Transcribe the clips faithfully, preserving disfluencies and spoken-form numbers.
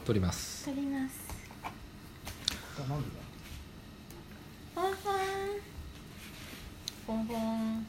撮ります撮ります。 なんでだフォンフォンポンポン。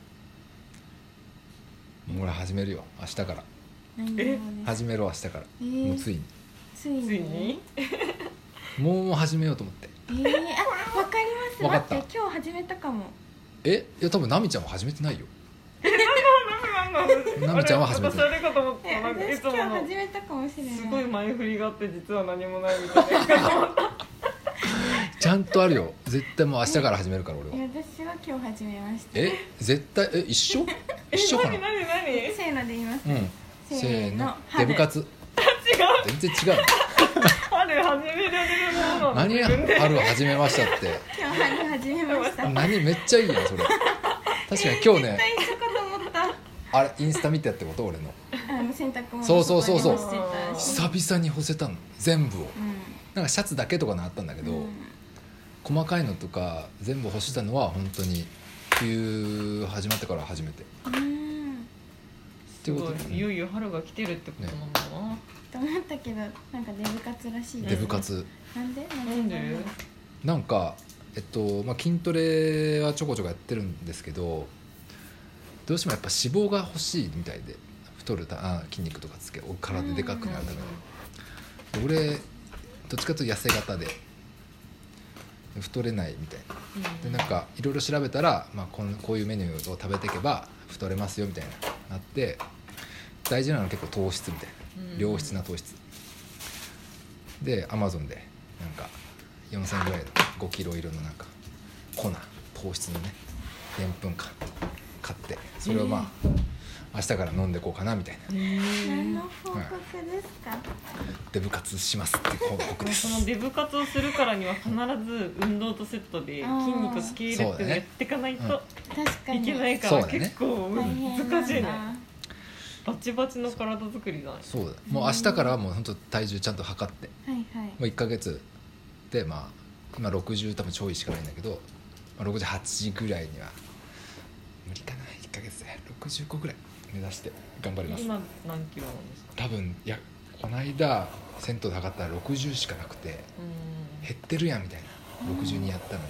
もう俺始めるよ明日から何をえね始めろ明日から、 えー、 もうついについについにもう始めようと思ってえー、あ、わかります。 わかった待って、今日始めたかも。 えいや多分ナミちゃんは始めてないよなんだナミちゃんは初めて私あれかと思った。 え、 なんかい私つもの今日始めたかもしれない。 すごい前振りがあって実は何もないみたいなかと思った。 ちゃんとあるよ絶対もう明日から始めるから俺は。 え、私は今日始めました。 え絶対え一緒一緒かなえ、何何何？ せーので言います。 うんせせーの春デブ活違う。 全然違う春始められるものなの。 何自分で春始めましたって今日春始めました。 何めっちゃいいやんそれ確かに今日ね絶対一緒かと思った。 あれインスタ見てってこと俺のあの洗濯物そうそうそうそう外に干してたし久々に干せたの全部をうんなんかシャツだけとかのあったんだけど、 うん細かいのとか全部干したのは本当に冬始まってから初めてっうんていうことすごいいよいよ春が来てるってことなんだな。 と思ったけど、なんかデブ活らしいですね。 デブ活なんでなんで？ なんかえっと、まあ、筋トレはちょこちょこやってるんですけどどうしてもやっぱ脂肪が欲しいみたいで太るたあ筋肉とかつけ体でかくなるために俺どっちかというと痩せ型で太れないみたいなでなんかいろいろ調べたら、まあ、こんこういうメニューを食べていけば太れますよみたいななって大事なのは結構糖質みたいな良質な糖質で アマゾン でなんかよんせんえんぐらいのごキロ入りのなんか粉糖質のねでんぷんか買ってそれをまあ明日から飲んでいこうかなみたいな何の報告ですか？ デブ活しますっていう報告ですそのデブ活をするからには必ず運動とセットで筋肉をつけ入れってやっていかないと確かにいけないからそうだね結構大変難しいね。 なバチバチの体作りだね。 そうだもう明日からはもう本当体重ちゃんと測ってはいはいもういっかげつでまあ今ろくじゅう多分ちょいしかないんだけど、まあ、ろくじゅうはちぐらいには無理かないっかげつでろくじゅうごぐらい目指して頑張ります。 今何キロなんですか？ 多分いやこの間銭湯で測ったらろくじゅうしかなくてうん減ってるやんみたいなろくじゅうにやったのに、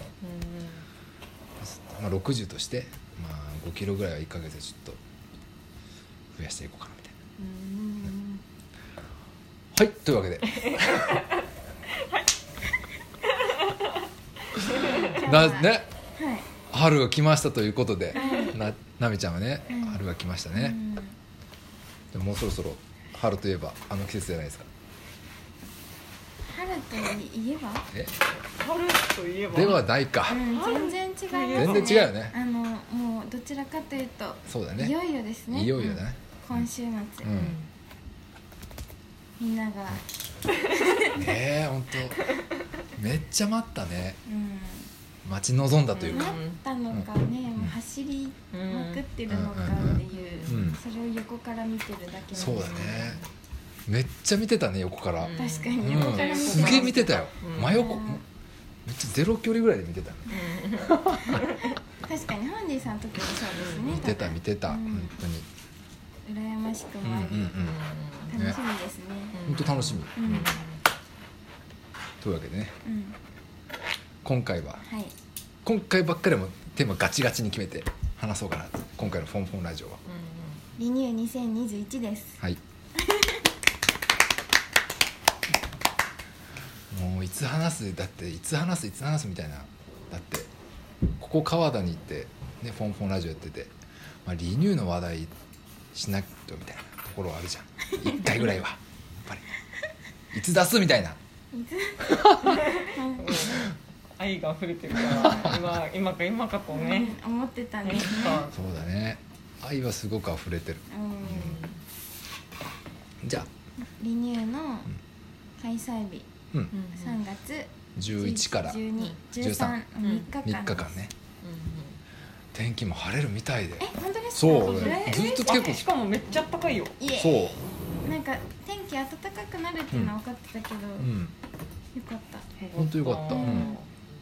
まあ、ろくじゅうとして、まあ、ごキロぐらいはいっかげつでちょっと増やしていこうかなみたいうんな。はいというわけでなねはい春が来ましたということで、 はいななみちゃんはね、 うん春が来ましたね、 うんでももうそろそろ春といえばあの季節じゃないですか。 春といえばえ春といえばではないか、 うん、全然違いますね。 全然違うよねあのもうどちらかというとそうだねいよいよですね。 いよいよだね、 今週末、 うんみんなが、 ねえ本当めっちゃ待ったねうん、 待ち望んだというか、 待ったのかね、もう走りまくってるのかっていう、 うんうんそれを横から見てるだけなんですそうだねめっちゃ見てたね横から、 うん確かにうん横から見てすげえ見てたよ、 うん真横めっちゃゼロ距離ぐらいで見てたね、 確かにハンディさんの時もそうですね。 見てた見てた、 うん本当に羨ましくもあり、 うんうんうん楽しみですね。 本当楽しみ、 うんというわけでねうん今回ははい今回ばっかりもテーマガチガチに決めて話そうかな今回のフォンフォンラジオは、 リニューにせんにじゅういちです。 はいもういつ話すだっていつ話すいつ話すみたいなだってここ川田に行ってねフォンフォンラジオやってて、まあ、リニューの話題しなきゃみたいなところはあるじゃんいっかいぐらいはやっぱりいつ出すみたいな愛が溢れてるから今今か今かとねうん思ってたんですね。 そうだね愛はすごく溢れてるうんじゃあリニューの開催日うんさんがつじゅういちからじゅうに、じゅうじゅうさんさん、みっかかんです。 みっかかんね天気も晴れるみたいでえ、本当ですか？ そうえずっと結構あしかもめっちゃ高いよ。 いえそうなんか天気暖かくなるっていうのは分かってたけど、 うんよかった。 本当よかったうん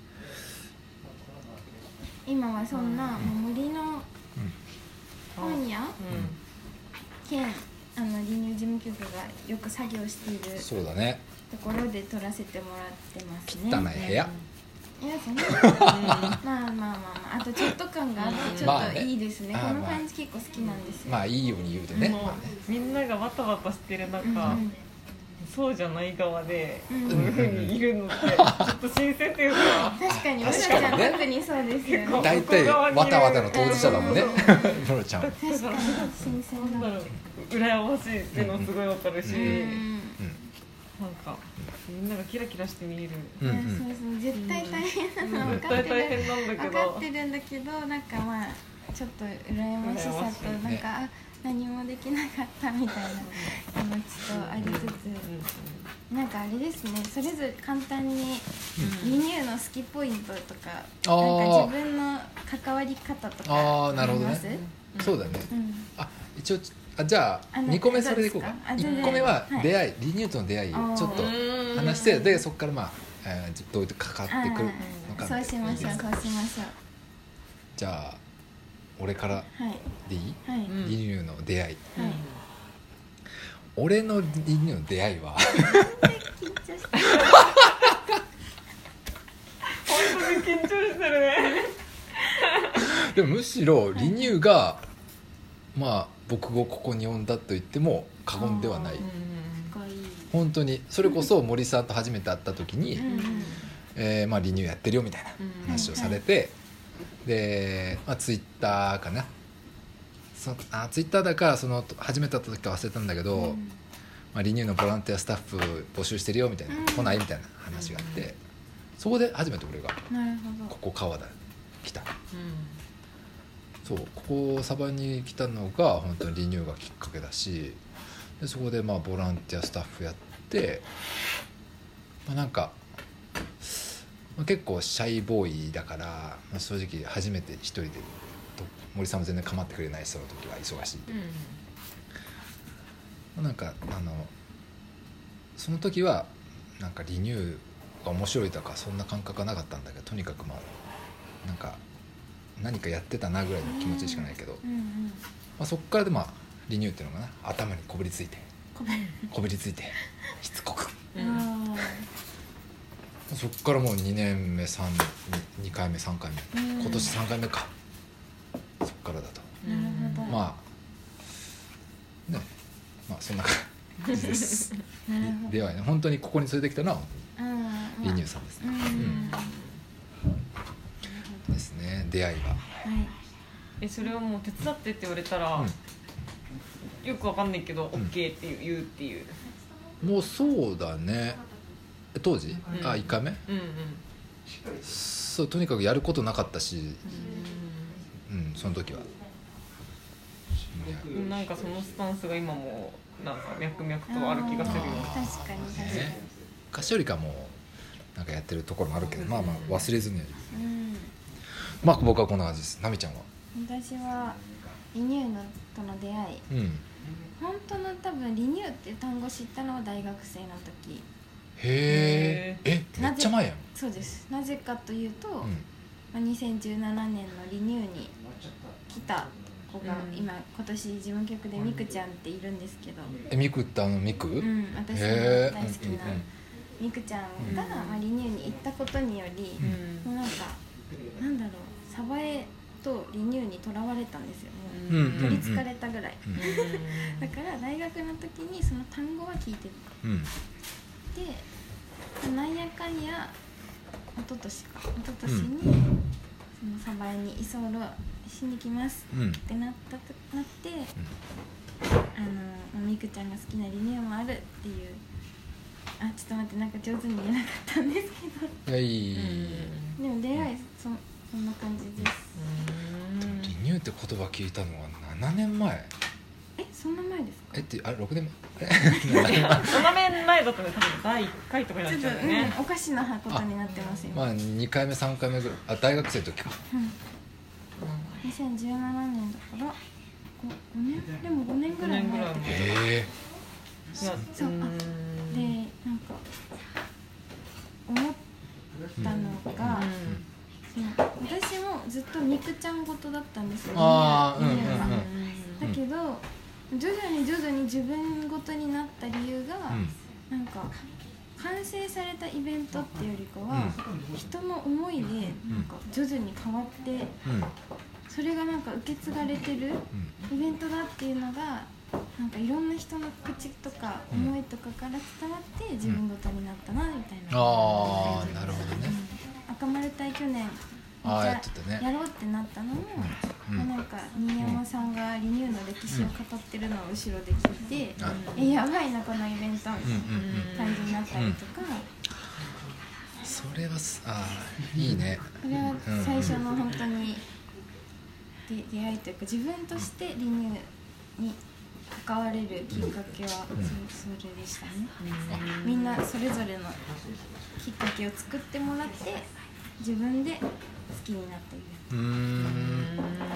今はそんな、もう森の本屋、 う兼あのリニュー事務局がよく作業しているそうだね、 ところで撮らせてもらってますね。 汚い部屋、 いやそんなまあまあまあまあ、あとちょっと感があってちょっといいですね、 まあねこの感じ結構好きなんですよ。 まあいいように言うとね、 もうまあねみんながバタバタしてる中、 うんそうじゃない側でこううんいう風にいるのってちょっと新鮮っていうか、 確かにムロち確かにねゃん特にそうですよね。 大体わたわたの当事者だもんねムロちゃんは。 確かに新鮮だ。 なんだろう、羨ましいっていうのもすごいわかるし、 うんうんなんかみんながキラキラして見える。 うんうんいやそうそう絶対大変なの分絶かってる、 対大変なんだけ分ど、 かってるんだけど、なんかまあちょっと羨ましさと羨ましいなんか、あ何もできなかったみたいな気持ちとありつつ、なんかあれですね、それぞれ簡単にリニューの好きポイントとか、 あーなんか自分の関わり方とかあーなるほどねあります？ そうだね、 うんあ一応あじゃああにこめそれでいこうか。 どうですかあ全然いっこめははい出会い、リニューとの出会いをちょっとうん話して、でそこからまあ、えーどうやってかかってくるのかそうしましょう、そうしましょう。 じゃあ俺からはいでいい、 はい、 うんリニューの出会い、 はい俺のリニューの出会いは緊張して本当に緊張してるね。 でもむしろリニューが、まあ僕をここに呼んだと言っても過言ではない。 かっこいい。 本当にそれこそ森さんと初めて会った時に、 うんうんえーまあ、リニューやってるよみたいな話をされて、で、まあ、ツイッターかな、そあツイッターだかその初めて会った時か忘れたんだけど、 うんまあ、リニューのボランティアスタッフ募集してるよみたいな、 うん来ないみたいな話があって、そこで初めて俺がなるほここ川田来た。 うそうここサバに来たのが本当にリニューがきっかけだし、でそこでまあボランティアスタッフやって、まあ、なんか、まあ、結構シャイボーイだから、まあ、正直初めて一人でと森さんも全然構ってくれない人の時は忙しい、 んまあなんかあのその時はなんかリニューが面白いとかそんな感覚はなかったんだけど、とにかくまあなんか何かやってたなぐらいの気持ちしかないけど、 ど。うんうん。 まあ、そこからでまあリニューっていうのがな頭にこびりついてここびりついてしつこくうんあそこからもうにねんめさん にかいめさんかいめ、 うん今年さんかいめか、そこからだとあ、なるほど。 まあねまあそんな感じですなるほど。 ではね本当にここに連れてきたのはあーリニューさんですね、 うん。 うんですね出会いが、 はい。 えそれはもう手伝ってって言われたら、 うんよくわかんないけど、 うん OK っていう言うっていう。 もうそうだね当時、 うんあいっかいめうんうんそうとにかくやることなかったし、うん、その時は、 うん、なんかそのスタンスが今もなんか脈々とある気がするよ。 あー確かに確かに。 ね、昔よりかもなんかやってるところもあるけど、まあまあ忘れずに、 うん。 まあ僕はこんな感じです。なみちゃんは？ 私はリニューのとの出会い。 うん。 本当の多分リニューっていう単語知ったのは大学生の時。 へえ。え、めっちゃ前やん。 そうです。なぜかというと、 うん。 まあ、にせんじゅうななねんのリニューに来た子が、 うん今今年事務局でみくちゃんっているんですけど、 え、ミクってあのミク？ うん、私のへえ。 大好きなみくちゃんが、まあ、リニューに行ったことにより、 うんもうなんかなんだろう、サバエとリニューにとらわれたんですよ。もううんうん取りつかれたぐらい、 うんだから大学の時にその単語は聞いてうん。 て、なんやかんや一昨年か一昨年に、そのサバエに居候しに来ますうん。うん。 ってなったとなって、あのみくちゃんが好きなリニューもあるっていう、あちょっと待ってなんか上手に言えなかったんですけど、 はい。 でも出会いそそんな感じです。 リニューって言葉聞いたのはななねんまえ。 えそんな前ですか？ えってあれろくねんまえ。 ななねんまえだとね多分だいいっかいとかになっちょっと、 ちゃうよね。 うん、おかしなことになってますよ。 まあにかいめさんかいめぐらい、あ大学生の時か。 うんにせんじゅうななねんだから ご, ごねんでもごねんぐらい前ってことへえ。 いやそううんでなんか思ったのが、そう私もずっとみくちゃんごとだったんですよ、 あーリニューがうんうんうんだけど徐々に徐々に自分ごとになった理由が、 うん、 なんか完成されたイベントっていうよりかは、うん、人の思いでなんか徐々に変わって、うん、それがなんか受け継がれてるイベントだっていうのがなんかいろんな人の口とか思いとかから伝わって自分ごとになったなみたいな、 うん、ああなるほどね、 うん、赤丸隊去年あやってたね、 やろうってなったのも、うんうん、なんか新山さんがリニューの歴史を語ってるのを後ろで聞いて、うん、えやばいなこのイベントみたいな感じになったりとか、うんうんうん、 それはあいいね。 これは最初の本当に出会いというか自分としてリニューに関われるきっかけはそれでしたね、うん、みんなそれぞれのきっかけを作ってもらって自分で好きになったイベント。うーん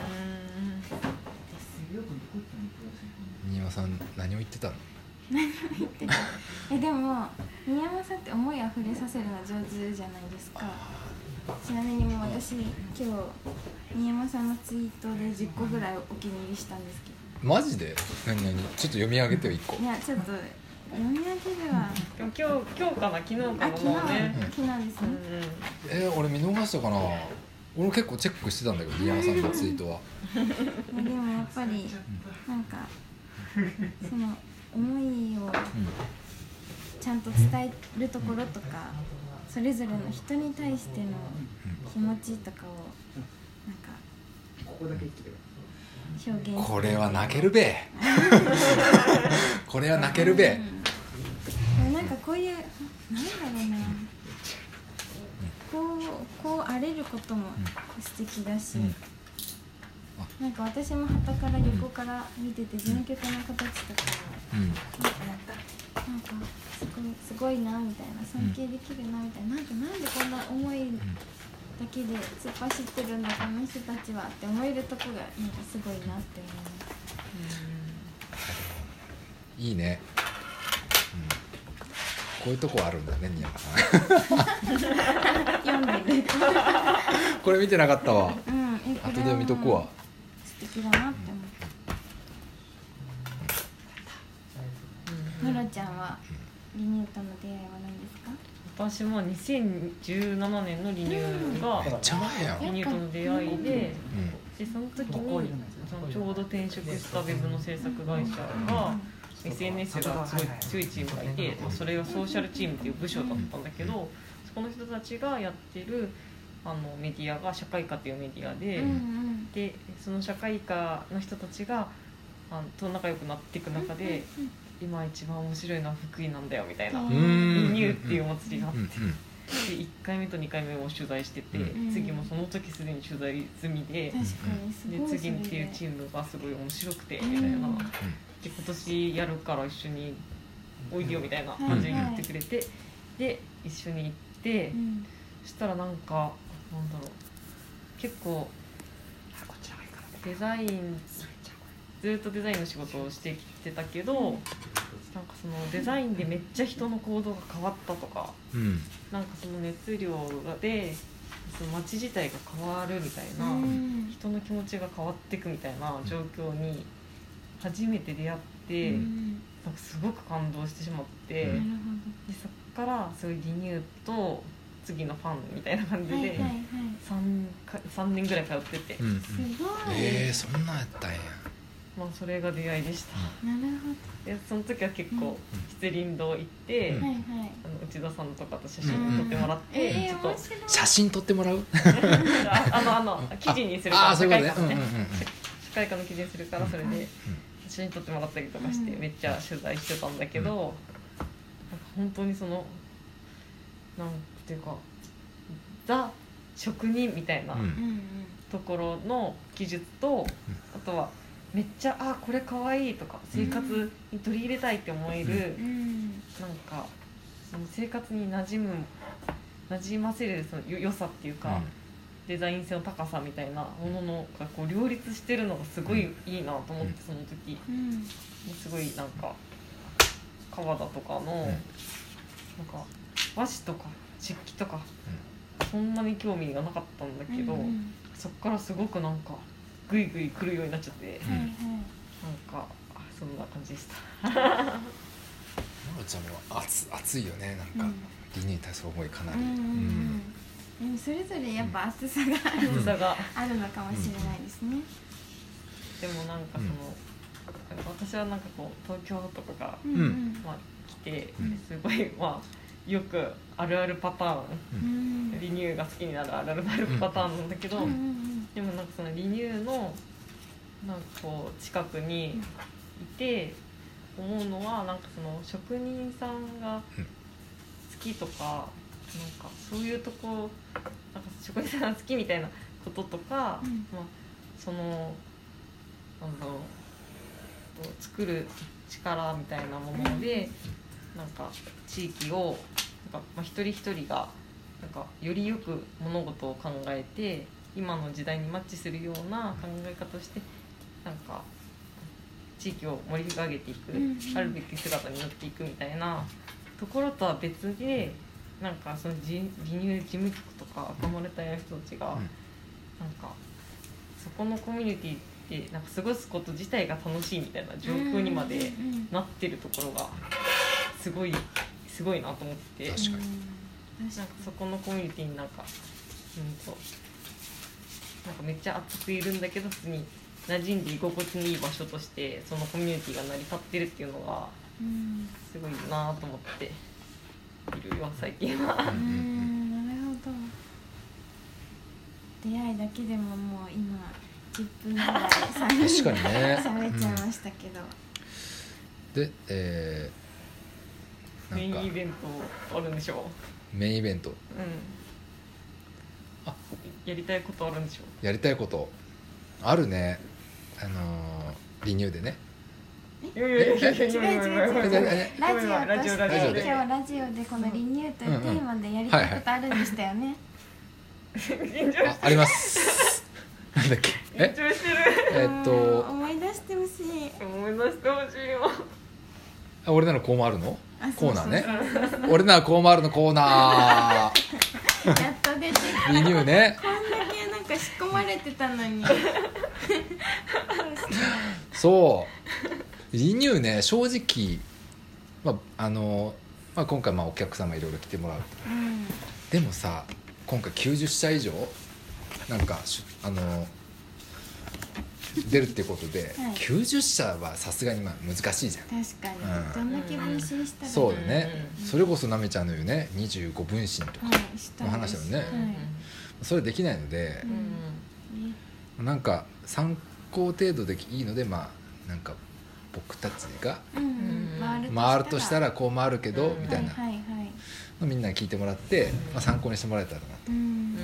新山さん何を言ってたの？ 何を言ってたえでも新山さんって思いあふれさせるの上手じゃないですか。ちなみにもう私今日新山さんのツイートでじゅっこぐらいお気に入りしたんですけど。 マジで？何何ちょっと読み上げてよいっこ。 いやちょっと読み上げるわ。 今日今日かな昨日かなもうね。 昨日ですね。うんうん、 えー、俺見逃したかな。俺結構チェックしてたんだけど新山さんのツイートは。 でもやっぱりなんかその思いをちゃんと伝えるところとかそれぞれの人に対しての気持ちとかをなんか表現。 これは泣けるべこれは泣けるべ、 うん、なんかこういうなんだろうなこうこう荒れることも素敵だし、うん、なんか私も傍から横から見てて全曲の形とか、うん、なんかなんかすごいすごいなみたいな尊敬できるなみたいな、なんかなんでこんな思いだけで突っ走ってるんだこの人たちはって思えるとこがなんかすごいなって思います。 うん、いいね、うん、こういうとこあるんだね新山さん読んでるこれ見てなかったわ、 うん、え後で読みとくわ。 素敵だなって思った。ノラちゃんはリニューとの出会いは何ですか？ 私もにせんじゅうななねんのリニューがめっちゃ前やん。 リニューとの出会いで、うん、でその時にそのちょうど転職したウェブの制作会社が エスエヌエス がすごい強いチームがいて、それがソーシャルチームっていう部署だったんだけど、そこの人たちがやってるあのメディアが社会科っていうメディアで、うんうん、でその社会科の人たちがあのと仲良くなっていく中で、うんうん、今一番面白いのは福井なんだよみたいなリニューっていうお祭りがあって、でいっかいめとにかいめを取材してて、うん、次もその時すでに取材済みで、うん、で次っていうチームがすごい面白くてみたいな、うん、で今年やるから一緒においでよみたいな感じに言ってくれて、はいはい、で一緒に行って、うん、そしたらなんかなんだろう結構デザインずっとデザインの仕事をしてきてたけど、うん、なんかそのデザインでめっちゃ人の行動が変わったとか、うん、なんかその熱量でその街自体が変わるみたいな、うん、人の気持ちが変わっていくみたいな状況に初めて出会って、うん、なんかすごく感動してしまって、うん、でそこからそういうリニューと次のファンみたいな感じで 3, かさんねんぐらい通ってて、 うんうん、すごいえー、そんなんやったんや。 まあ、それが出会いでした。 なるほど。 でその時は結構漆林堂行って、うん、あの内田さんとかと写真撮ってもらって、うん、ちょっと写真撮ってもらうあのあの記事にするから社会科のね社会科の記事にするからそれで写真撮ってもらったりとかしてめっちゃ取材してたんだけど、うん、なんか本当にそのなんていうかザ職人みたいなところの技術と、あとはめっちゃあこれかわいいとか生活に取り入れたいって思える、うん、なんかその生活に馴染む馴染ませるその良さっていうか、うん、デザイン性の高さみたいなもののがこう両立してるのがすごいいいなと思って、その時、うん、すごいなんか川田とかの、うん、なんか和紙とか漆器とか、うん、そんなに興味がなかったんだけど、うん、そっからすごくなんかグイグイ来るようになっちゃって、うん、なんかそんな感じでしたまろちゃんも熱熱いよね、なんか、 うんリニューに対する思いかなり、 うんうんうんでもそれぞれやっぱ熱さがある,、 厚さがあるのかもしれないですね、 でもなんかその、なんか私はなんかこう東京とかが、 うんうんまあ、来てうんすごい、まあ、よくあるあるパターン、 うんリニューが好きになるあるあるあるパターンなんだけど、 うんうんでもなんかそのリニューのなんかこう近くにいて思うのは、なんかその職人さんが好きとか、なんかそういうとこ、なんか職人さんが好きみたいなこととか、 うんまあ、そのなんだろう、作る力みたいなもので、なんか地域をなんか、まあ、一人一人がなんかよりよく物事を考えて今の時代にマッチするような考え方をして、なんか地域を盛り上げていく、 うんうん、 あるべき姿になっていくみたいなところとは別で、なんかそのリニュー事務局とか赤丸隊の人たちが、なんかそこのコミュニティってなんか過ごすこと自体が楽しいみたいな状況にまでなってるところがすごいすごいなと思って、 確かになんかそこのコミュニティになんか、うんとなんかめっちゃ熱くいるんだけど、普通に馴染んで居心地のいい場所としてそのコミュニティが成り立ってるっていうのがすごいなと思っているよ最近は。 うん、うん、なるほど。出会いだけでももう今じゅっぷんぐらい確かにね喋っちゃいましたけど、 うん、で、えー、 メイなんかンイベントあるんでしょメインイベント、 う、うん、 あやりたいことあるんでしょやりたいことあるね、あのー、リニューでね。 いやいやいやいやいやい違う違うやい違うやえラジオとラジオラジオでして今日ラジオでこのリニューというテーマでやりたいことあるんでしたよね。 あ, ありますなんだっけえ緊張してる。 えーっと思い出してほしい。 思い出してほしいよ。 あ俺ならこう回るのあコーナーねそうそう俺ならこう回るのコーナそうやっと出てきた。 ーリニューね。 こんだけなんか仕込まれてたのにそうリニューね、正直、まああのまあ、今回まあお客様いろいろ来てもらうと、 うん、 でもさ今回きゅうじゅっしゃ以上なんかしあの出るっていうことで、 はい、 きゅうじゅっしゃはさすがにまあ難しいじゃん。 確かに、 うんどんだけ分身したらそうだね、 うんそれこそなめちゃんの言うねにじゅうご分身とかはいしたの話だよね、 はいそれできないのでう、んねなんか参考程度でいいので、まあなんか僕たちがうんうんうん回るとしたらこう回るけど、 うんみたいなはいはいはいのみんなに聞いてもらって、まあ、参考にしてもらえたらなと。 うん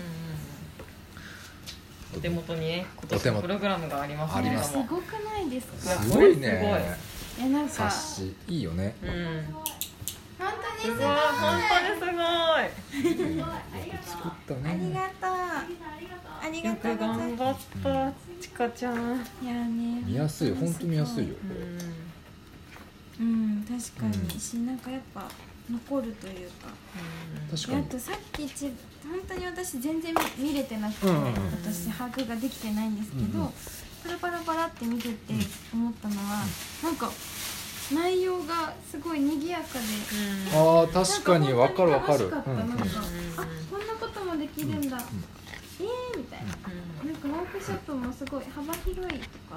お手元にね今年のプログラムがありますありますすごくないですか。 すごいねえなんか冊子いいよね。 うん本当にすごい。 すごい本当にすごい作ったありね。 がとう。ありがよくとうござい頑張ったちかちゃん。 ます。いやね。 見やすい、本当見やすいよ。 うん確かに、 うんしなんかやっぱ残るというか。 確かにあとさっきち本当に私全然見見れてなくて、 うんうんうん私把握ができてないんですけど、 うんうんパラパラパラって見てて思ったのは、なんか内容がすごい賑やかで、 あー確かに分かる分かる。 なんか本当に楽しかったうんうんなんかあこんなこともできるんだ、えーみたいな、なんかワークショップもすごい幅広いとか、 うん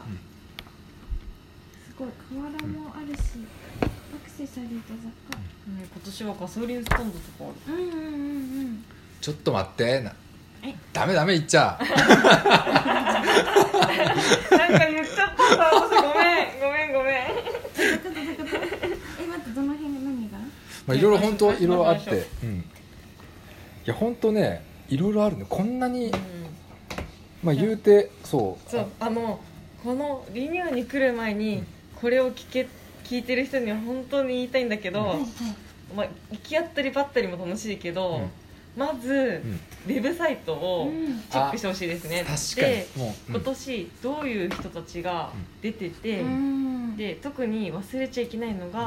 すごい瓦もあるし、アクセサリーと雑貨、 今年はガソリンスタンドとかある。 うんうんうんうんちょっと待ってなえダメダメ言っちゃなんか言っちゃったんだ私ごめんごめんごめん。 え待ってどの辺何がまあいろいろ本当いろいろあっ行きましょて、うん、いや本当ねいろいろあるね。こんなにまあ言うてそうそうあのこのリニューに来る前にこれを聞け聞いてる人には本当に言いたいんだけど、 はいはいまあ、行き当たりばったりも楽しいけど、 うんまず、 うんウェブサイトをうんチェックしてほしいですね。 確かでにもう、うん今年どういう人たちが出てて、 うんで特に忘れちゃいけないのが、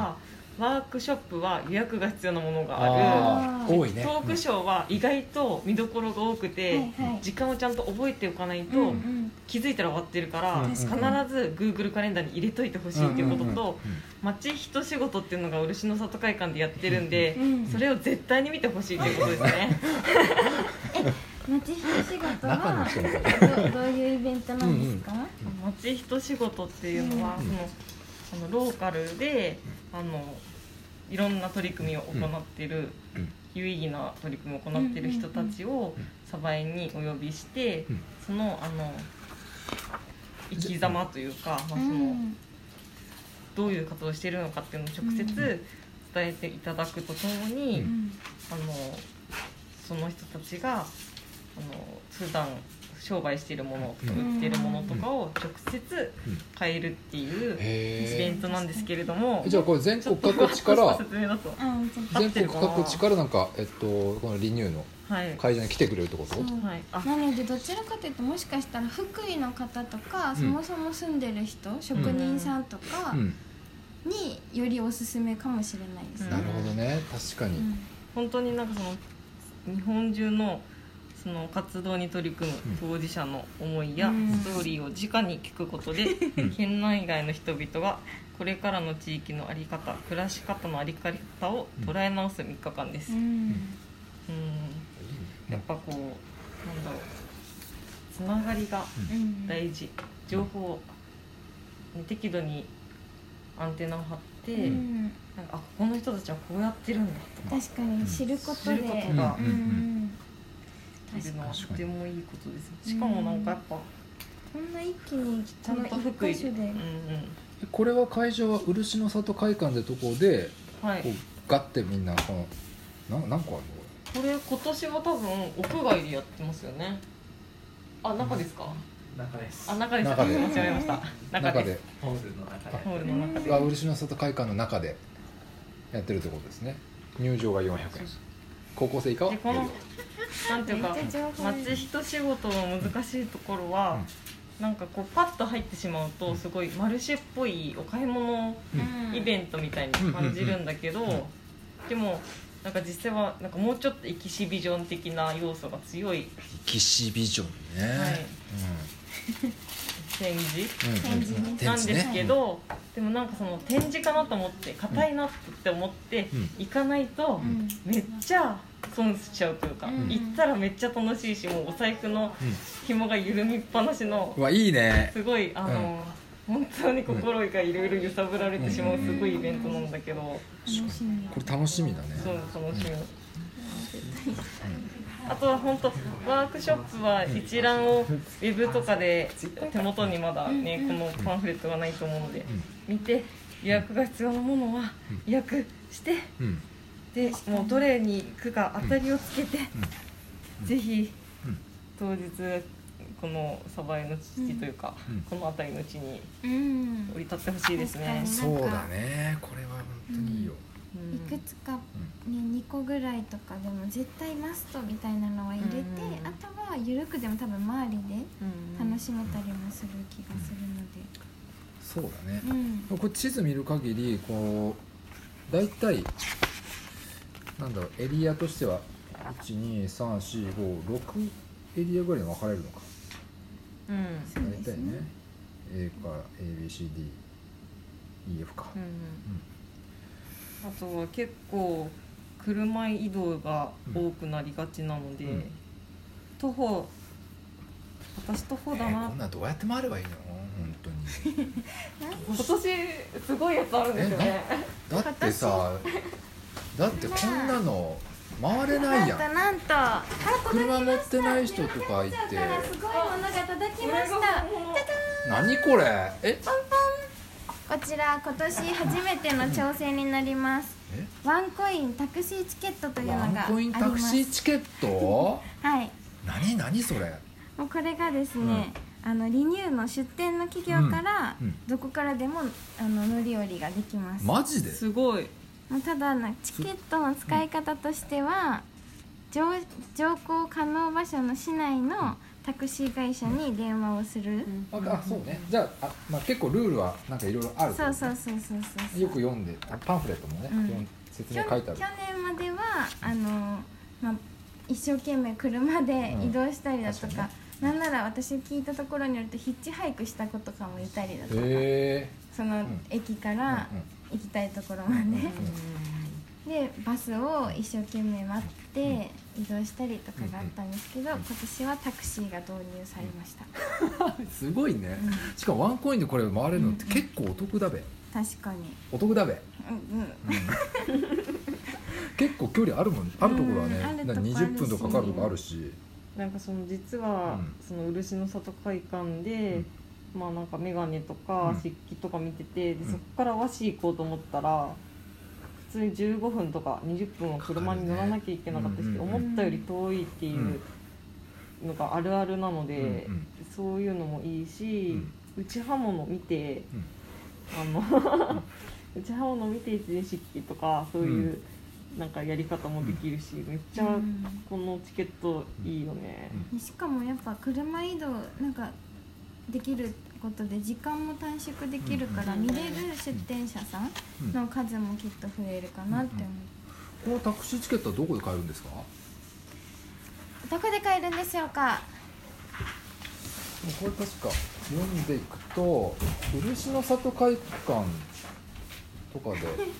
ワークショップは予約が必要なものがああるー多いね。 トークショーは意外と見どころが多くて、 はいはい時間をちゃんと覚えておかないと、 うんうん気づいたら終わってるから、 うん必ず Google カレンダーに入れといてほしいっていうことと、 うんうんうんうん町一仕事っていうのが漆の里会館でやってるんで、 うんそれを絶対に見てほしいっていうことですね。 町人仕事中のは人みたいな。 どどういうイベントなんですか？ 町一仕事っていうのは、 うんそのあのローカルであのいろんな取り組みを行っている、 うん有意義な取り組みを行っている人たちを鯖江にお呼びして、 うんそのあの生き様というか、まあ、そのうんどういう活動をしているのかっていうのを直接伝えていただくとともに、 うんあのその人たちがあの普段商売しているものとか売っているものとかを直接買えるっていうイベへントなんですけれども、 え。じゃあこれ全国各地から説明だと、 うんちょっと全国各地からなんかえっとこのリニューのはい会場に来てくれるってこと？ そうはい、あなのでどちらかというともしかしたら福井の方とか、そもそも住んでる人職人さんとかうん。 によりおすすめかもしれないですね。 なるほどね。確かに。 うん本当になんかその日本中のその活動に取り組む当事者の思いやうんストーリーを直に聞くことで、県内外の人々がこれからの地域の在り方暮らし方の在り方を捉え直すみっかかんです。 ううんんやっぱこうなんだろうつながりがうん大事、情報に適度にアンテナを張って、 うんなんかあここの人たちはこうやってるんだとか確かに知ることで、 知ることがうんうんっていうのは確かにとてもいいことですね。しかもなんかやっぱこんな一気にちゃんとこの福井で、 一箇所でうんうんこれは会場は漆の里会館でとこではい、 こうガッてみんなこのな何個あるのここれ今年は多分屋外でやってますよね。あ中ですか？ 中ですあ中です。 中で間違えました。 れ中中でです。 ホールの中でホールの中で。 が漆の里会館の中でやってるってことですね。入場がよんひゃくえん。高校生以下はでこの無料。 なんていうかめっちゃ情報いい町一仕事の難しいところは、なんかこうパッと入ってしまうとすごいマルシェっぽいお買い物うんイベントみたいに感じるんだけど、 うんうんうんでもなんか実際はなんかもうちょっとエキシビジョン的な要素が強いキシビジョンね。 はい展示うんうん展示ねうんなんです展示ね。 けど、でもなんかその展示かなと思って硬いなって思ってうん行かないとうんめっちゃ損しちゃうというか、 うん行ったらめっちゃ楽しいし、もうお財布の紐が緩みっぱなしのうわいいね。 すごいあの、本当に心がいろいろ揺さぶられてしまうすごいイベントなんだけど、 楽しみ。 これ楽しみだね。 そう楽しみ。あとは本当ワークショップは一覧をウェブとかで手元にまだねこのパンフレットがないと思うので見て、予約が必要なものは予約して、 うんでもうどれに行くか当たりをつけて、ぜひ当日この鯖江の地というか、 うんこの辺りの地にうん降り立ってほしいですね。 そうだね。これは本当にいいよ。 うんいくつか、ね、にこぐらいとかでも絶対マストみたいなのは入れて、 うんあとは緩くでも多分周りでうん楽しめたりもする気がするので、 そうだね。 うんこれ地図見る限りこう大体なんだろうエリアとしてはいちにさんしごろくエリアぐらいに分かれるのか。 うんそうですね大体ね A から エービーシーディーイーエフ か。 うんあとは結構車移動が多くなりがちなので、 うん徒歩私徒歩だな、 えーこんなんどうやって回ればいいの本当に。 今年すごいやつあるんですよね。 だってさだってこんなの回れないやん。 なんとなんと車持ってない人とかいてすごいものが届きました。 何これえこちら今年初めての挑戦になります。 えワンコインタクシーチケットというのワンがありコインタクます。 シーチケットはい。 何何それもうこれがですね、あのリニューの出店の企業からうんうんどこからでもあの乗り降りができます。 マジですごい。 もうただなチケットの使い方としては、乗乗降可能場所の市内のタクシー会社に電話をする、 ああそうね。じゃあ、あ、まあ、結構ルールはなんかいろいろある、ね、 そうそうそうそうそうよく読んでパンフレットもね、 うん、 説明書いてある。 去年まではあの、まあ、一生懸命車で移動したりだとか、うんね、なんなら私聞いたところによるとヒッチハイクした子とかもいたりだとか、その駅から行きたいところまで、うんうん、でバスを一生懸命待って移動したりとかがあったんですけど、うんうん、今年はタクシーが導入されました。 すごいね、うん、しかもワンコインでこれ回れるのって結構お得だべ。 確かにお得だべ、 うんうん、 結構距離あるもん、あるところはね、うん、にじゅっぷんとかかかるとこあるし、 なんかその実は、うん、その漆の里会館で、うん、まあなんか眼鏡とか漆器とか見てて、でそこから和紙行こうと思ったら普通にじゅうごふんとかにじゅっぷんは車に乗らなきゃいけなかったし、ね、うんうん、思ったより遠いっていうのがあるあるなので、うんうん、そういうのもいいし、うん、内刃物見て、うんあの内刃物見て一年漆器とかそういうなんかやり方もできるし、うん、めっちゃこのチケットいいよね、 うん、しかもやっぱ車移動なんかできることで時間も短縮できるから見れる出店者さんの数もきっと増えるかなって思う、 うんうん、このタクシーチケットはどこで買えるんですか？ どこで買えるんでしょうか？ これ確か読んでいくと漆の里会館とかで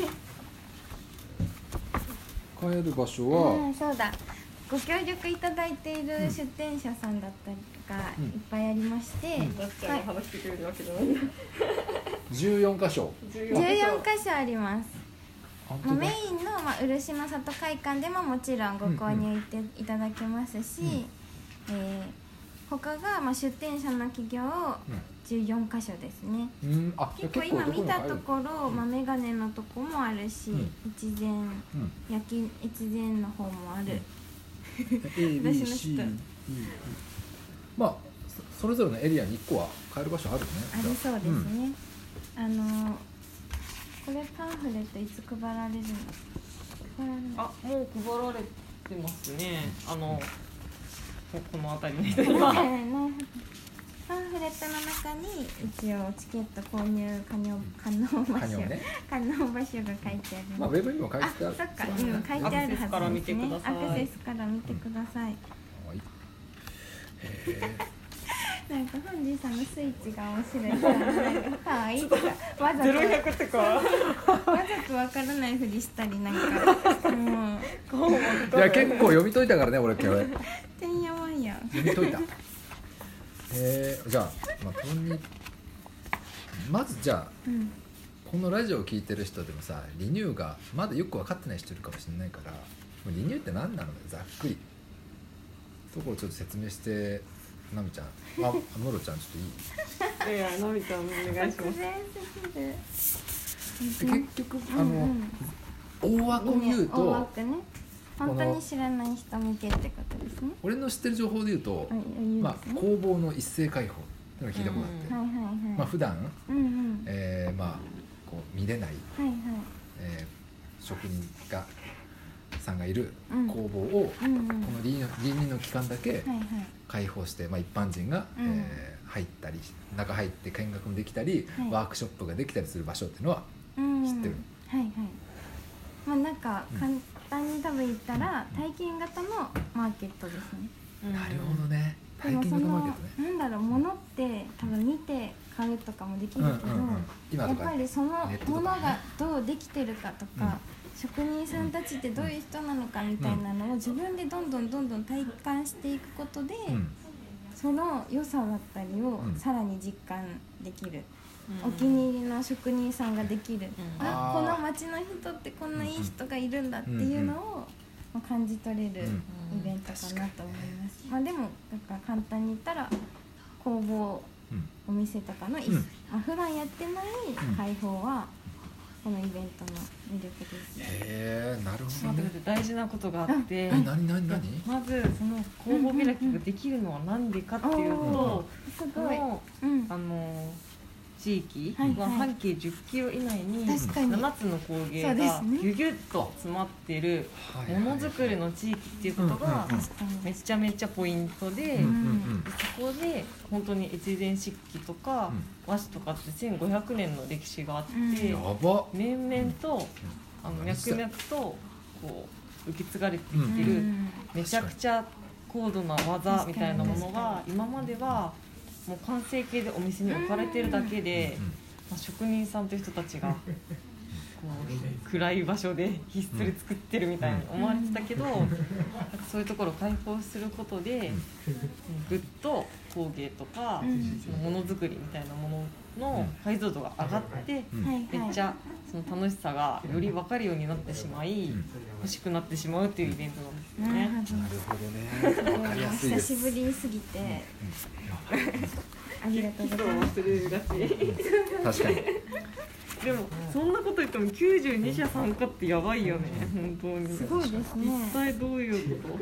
買える場所は、 うん、そうだ、ご協力いただいている出店者さんだったりとかいっぱいありまして、うん、 どっちが話してくれるわけじゃないんだじゅうよんかしょじゅうよんかしょあります。まあ、メインの、まあ、漆の里会館でももちろんご購入いて、うんうん、いただけますし、うんえー他がまあ出店者の企業じゅうよんかしょですね、 うん、あ結構今見たところ、まあ、メガネのとこもあるし、うん、一膳、うん、焼き一膳の方もある、うん、私の人まあそれぞれのエリアにいっこは買える場所あるよね。 ありそうですね、うん、あのこれパンフレットいつ配られるの？ 配られるあ、もう配られてますね。あのこの辺りの人にはパンフレットの中に一応チケット購入可能可能場所、ね、可能場所が書いてある、 まあ、ウェブにも書いてある。 あ、そっか、うん、書いてあるはずですね。アクセスから見てください。アクセスから見てください、うん、なんか本人さんのスイッチが面白いからかわいいとかわざとゼロひゃくとかわざとわからないふりしたりなんかもういや結構読み解いたからね俺今日てんやわんや読み解いたえー、じゃあ、まあ、こにまずじゃあ、うん、このラジオを聞いてる人でもさリニューがまだよく分かってない人いるかもしれないからリニューって何なのかざっくりそこをちょっと説明してなみちゃん、あ、ムロちゃんちょっといい？ いや、なみちゃんお願いします。 結局あの、うんうん、大枠を言うと、 大枠ね、本当に知らない人向けってことですね。 俺の知ってる情報で言うと、ね、まあ工房の一斉開放っていうのを聞いたことあって、うんはいはいはい、まあ普段、うんうんえー、まあこう見れない、はいはいえー、職人がさんがいる工房を、うんうん、この離任の期間だけ開放して、はいはいまあ、一般人が、うんえー、入ったり中入って見学もできたり、はい、ワークショップができたりする場所っていうのは知ってる、うんはいはいまあ、なんか簡単に多分言ったら体験型のマーケットですね、 うん、なるほどね体験型マーケットねなんだろう物って多分見て買うとかもできるけど、うんうんうん、今とかやっぱりそのものがどうできてるかとか、うん職人さんたちってどういう人なのかみたいなのを自分でどんどんどんどん体感していくことで、うん、その良さだったりをさらに実感できる、うん、お気に入りの職人さんができる、うん、あこの町の人ってこんないい人がいるんだっていうのを、まあ、感じ取れるイベントかなと思います、まあ、でもなんか簡単に言ったら工房、うん、お店とかの、うんまあ、普段やってない開放はこのイベントの魅力です。 へー、なるほどね。 大事なことがあって、 え、何何何？ まずその工房開きができるのは何でかっていうと、 すごい。 この、うん、あの地域、 はいはいまあ、半径じゅっキロ以内に確かにななつの工芸そうですがねギュギュッと詰まってるものづくりの地域っていうことがうんうん確かにめちゃめちゃポイントで、 うんうんでそこで本当に越前漆器とか和紙とかってせんごひゃくねんの歴史があって、 うんやば面々とあの脈々とこう受け継がれてきてる、 うんめちゃくちゃ高度な技みたいなものが今まではもう完成形でお店に置かれてるだけで、まあ、職人さんという人たちがこう暗い場所でひっそり作ってるみたいに思われてたけど、なんかそういうところを開放することでぐっと工芸とかそのものづくりみたいなものの解像度が上がってうんはいはいめっちゃその楽しさがより分かるようになってしまい欲しくなってしまうっていうイベントなんですよね。 なるほなるほどねわかりやすいですど久しぶりすぎてありがとうございます忘れるがち確かにでもそんなこと言ってもきゅうじゅうにしゃ参加ってやばいよね本当にすごいですね一体どういうこ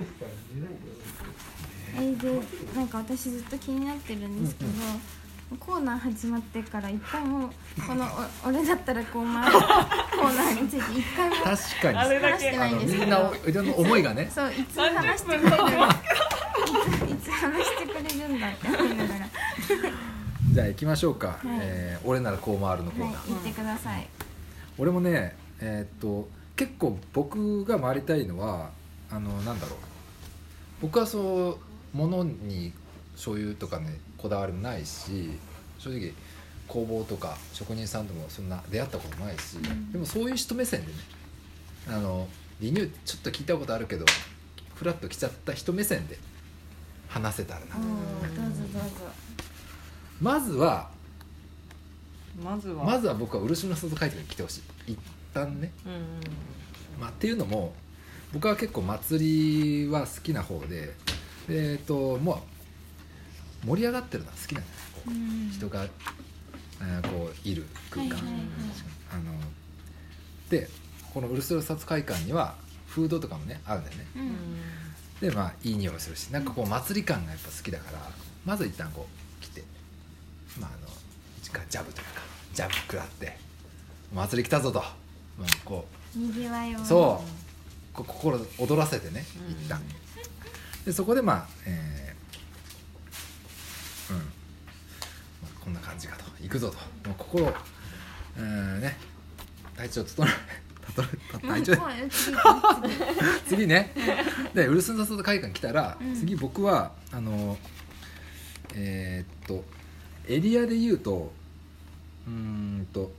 えーでなんか私ずっと気になってるんですけど、コーナー始まってから一回もこのお俺だったらこう回るコーナーについて一回も確かにあれだ話してあないんですけどのみんないろんな思いがねそういつ話してくれるんだいついつ話してくれるんだって思いながらじゃあ行きましょうか、 はいえー俺ならこう回るのコーナー、 はい言ってください俺もねえーっと結構僕が回りたいのはあのなんだろう僕はそう物に醤油とかねこだわりもないし正直工房とか職人さんともそんな出会ったことないし、うん、でもそういう人目線でねあのリニューちょっと聞いたことあるけどフラッと来ちゃった人目線で話せたらなと。 どうぞどうぞまずはまずはまずは僕は漆の里会館に来てほしい一旦ね、 うんうんまあ、っていうのも僕は結構祭りは好きな方でえー、ともう盛り上がってるのは好きなんです、こう人が、えー、こういる空間、 はいはいはいあのでこの漆の里会館にはフードとかもねあるんだよね、 うんでまあいい匂いするしなんかこう祭り感がやっぱ好きだからまず一旦こう来てまああの一回ジャブというかジャブ食らって祭り来たぞと、まあ、こにぎわいをうそうこ心躍らせてね一旦、でそこでまあ、えーうんまあ、こんな感じかと行くぞともう心、えー、ね体調整え体調もう次次ねで漆の里会館来たら、 うん、 次僕はあのえー、っとエリアで言うとうーんと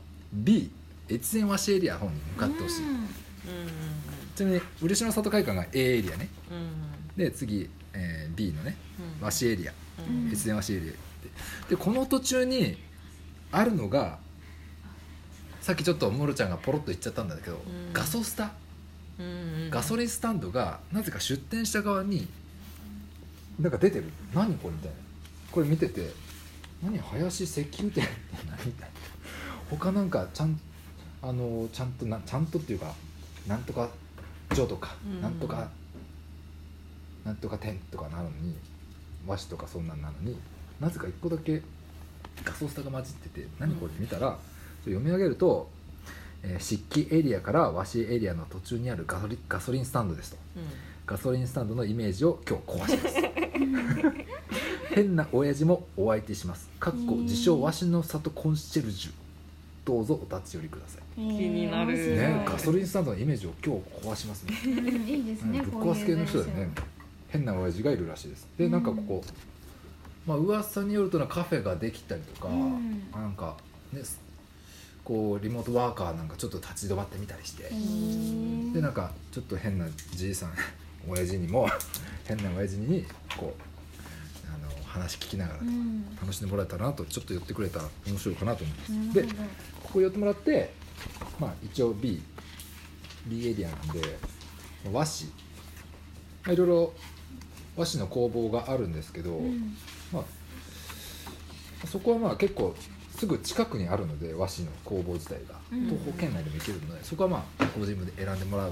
B 越前和紙エリアの方に向かってほしい、 うんうんうんちなみに漆の里会館が A エリアねうんで次、えー、B のね和紙エリア、 うん越前和紙エリアででこの途中にあるのがさっきちょっとムロちゃんがポロッと言っちゃったんだけど、 うんガソスタうんうんガソリンスタンドがなぜか出店した側になんか出てる何これみたいなこれ見てて何林石油店みたいな他なんかちゃんあのちゃんとなちゃんとっていうかなんとか所とか、 うんなんとかなんとか店とかなのに和紙とかそんなんなのになぜか一個だけガソスタが混じってて何これ見たら、それ読み上げると、えー漆器エリアから和紙エリアの途中にあるガソリガソリンスタンドですと。ガソリンスタンドのイメージを今日壊します変な親父もお相手しますかっこ自称和紙の里コンシェルジュどうぞお立ち寄りください、 気になるね、ガソリンスタンドのイメージを今日壊しますね、 うんいいですね、 うんぶっこういう壊す系の人だよね変な親父がいるらしいですでなんかここ、まあ噂によるとなカフェができたりとか、 うんなんかねこうリモートワーカーなんかちょっと立ち止まってみたりして、 へーでなんかちょっと変なじいさん親父にも変な親父にこうあの話聞きながらとかうん楽しんでもらえたらなとちょっと寄ってくれたら面白いかなと思います、 なるほどでここ寄ってもらってまあ一応 B B エリアなんで和紙、まあ、いろいろ和紙の工房があるんですけど、 うんまあそこはまあ結構すぐ近くにあるので和紙の工房自体がうん東北圏内でも行けるので、そこはまあ個人で選んでもらう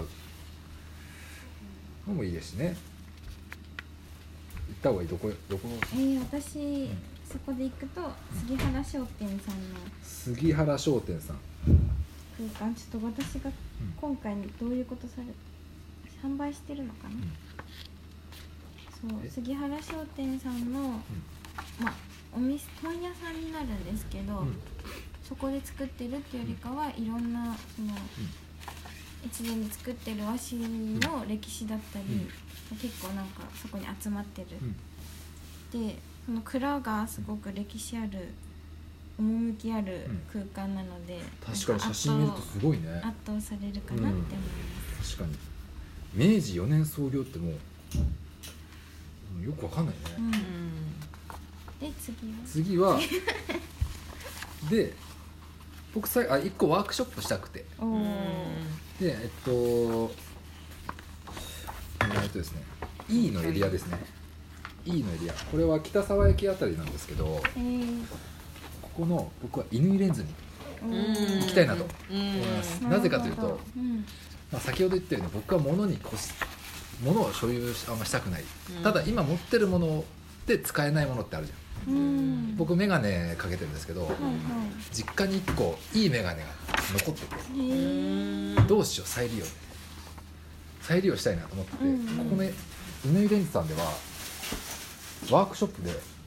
のもいいですしね。行った方がいいどこどこえー、私、 そこで行くと杉原商店さんの杉原商店さん空間、ちょっと私が今回どういうことされ販売してるのかな、うん、そう杉原商店さんの、うん、まあお店本屋さんになるんですけど、うん、そこで作ってるっていうよりかはいろんなその、うん、一年に作ってる和紙の歴史だったり、うん、結構なんかそこに集まってる、うん、でその蔵がすごく歴史ある趣ある空間なので、 うん、確かに写真見るとすごいね、 圧倒されるかなって思います、 うん、確かに明治よねん創業ってもうよくわかんないね、うん、 で次は次はで僕さあいっこワークショップしたくて、でえっとえっとですね E のエリアですね、E のエリア、これは北沢駅あたりなんですけど、えー、ここの僕は乾レンズに行きたいなと思います。なぜかというと、うんまあ、先ほど言ったように僕は物にこし物を所有あんましたくない、うん、ただ今持ってるもので使えないものってあるじゃん、うん、僕メガネかけてるんですけど、はいはい、実家にいっこいいメガネが残ってて、どうしよう再利用で再利用したいなと思ってて、うん、ここね乾レンズさんではワークショップで